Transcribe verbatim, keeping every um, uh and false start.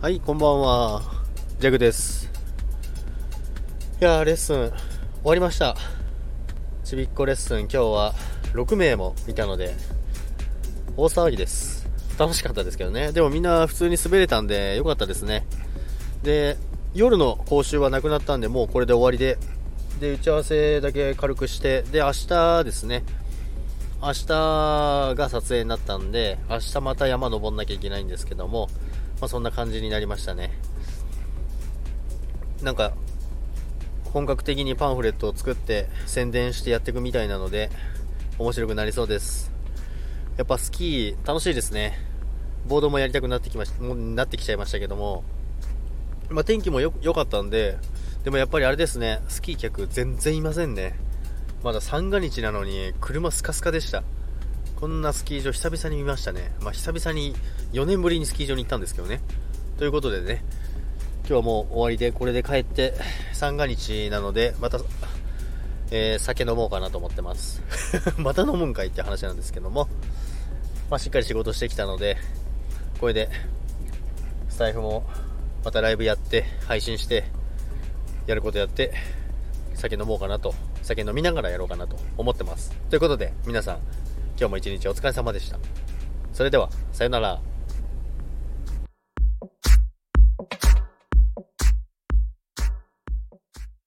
はい、こんばんは。ジャグです。いやー、レッスン終わりました。ちびっこレッスン、今日はろくめいもいたので大騒ぎです。楽しかったですけどね。でもみんな普通に滑れたんで良かったですね。で、夜の講習はなくなったんで、もうこれで終わりで、で打ち合わせだけ軽くして、で明日ですね、明日が撮影になったんで、明日また山登んなきゃいけないんですけども、まあ、そんな感じになりましたね。なんか本格的にパンフレットを作って宣伝してやっていくみたいなので面白くなりそうです。やっぱスキー楽しいですね。ボードもやりたくなってきましもうなってきちゃいましたけども、まあ、天気もよ良かったんで、でもやっぱりあれですね、スキー客全然いませんね。まだ三が日なのに車スカスカでした。こんなスキー場久々に見ましたね。まあ久々によねんぶりにスキー場に行ったんですけどね。ということでね、今日はもう終わりで、これで帰って三が日なのでまた、えー、酒飲もうかなと思ってますまた飲むんかいって話なんですけども、まあ、しっかり仕事してきたので、これでスタイフもまたライブやって配信してやることやって酒飲もうかなと、酒飲みながらやろうかなと思ってます。ということで皆さん、今日も一日お疲れ様でした。それではさよなら。